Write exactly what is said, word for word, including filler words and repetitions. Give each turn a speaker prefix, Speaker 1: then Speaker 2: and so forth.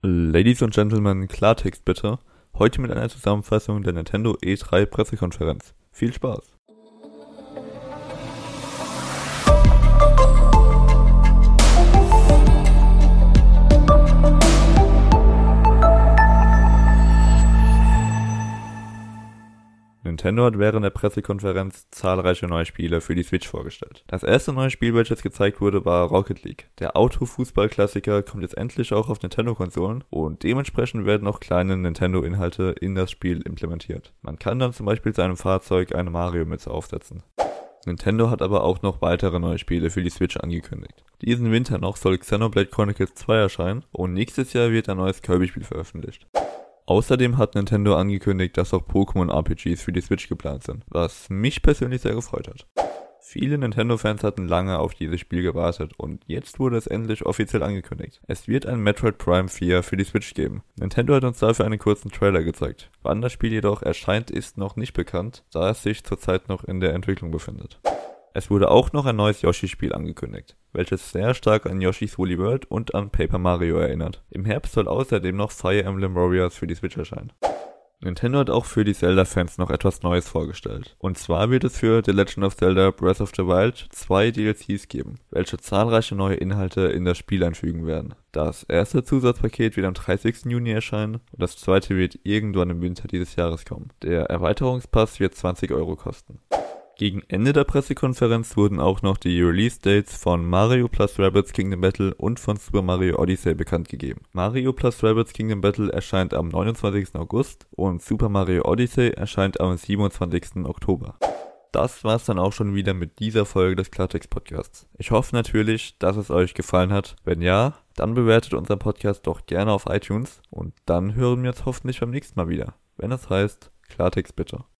Speaker 1: Ladies und Gentlemen, Klartext bitte. Heute mit einer Zusammenfassung der Nintendo E drei Pressekonferenz. Viel Spaß! Nintendo hat während der Pressekonferenz zahlreiche neue Spiele für die Switch vorgestellt. Das erste neue Spiel, welches gezeigt wurde, war Rocket League. Der Auto-Fußball-Klassiker kommt jetzt endlich auch auf Nintendo-Konsolen und dementsprechend werden auch kleine Nintendo-Inhalte in das Spiel implementiert. Man kann dann zum Beispiel seinem Fahrzeug eine Mario-Mütze aufsetzen. Nintendo hat aber auch noch weitere neue Spiele für die Switch angekündigt. Diesen Winter noch soll Xenoblade Chronicles zwei erscheinen und nächstes Jahr wird ein neues Kirby-Spiel veröffentlicht. Außerdem hat Nintendo angekündigt, dass auch Pokémon-R P Gs für die Switch geplant sind, was mich persönlich sehr gefreut hat. Viele Nintendo-Fans hatten lange auf dieses Spiel gewartet und jetzt wurde es endlich offiziell angekündigt. Es wird ein Metroid Prime vier für die Switch geben. Nintendo hat uns dafür einen kurzen Trailer gezeigt. Wann das Spiel jedoch erscheint, ist noch nicht bekannt, da es sich zurzeit noch in der Entwicklung befindet. Es wurde auch noch ein neues Yoshi-Spiel angekündigt, welches sehr stark an Yoshi's Woolly World und an Paper Mario erinnert. Im Herbst soll außerdem noch Fire Emblem Warriors für die Switch erscheinen. Nintendo hat auch für die Zelda-Fans noch etwas Neues vorgestellt. Und zwar wird es für The Legend of Zelda Breath of the Wild zwei D L Cs geben, welche zahlreiche neue Inhalte in das Spiel einfügen werden. Das erste Zusatzpaket wird am dreißigsten Juni erscheinen und das zweite wird irgendwann im Winter dieses Jahres kommen. Der Erweiterungspass wird zwanzig Euro kosten. Gegen Ende der Pressekonferenz wurden auch noch die Release-Dates von Mario plus Rabbids Kingdom Battle und von Super Mario Odyssey bekannt gegeben. Mario plus Rabbids Kingdom Battle erscheint am neunundzwanzigsten August und Super Mario Odyssey erscheint am siebenundzwanzigsten Oktober. Das war's dann auch schon wieder mit dieser Folge des Klartext-Podcasts. Ich hoffe natürlich, dass es euch gefallen hat. Wenn ja, dann bewertet unseren Podcast doch gerne auf iTunes und dann hören wir uns hoffentlich beim nächsten Mal wieder, wenn es heißt Klartext bitte.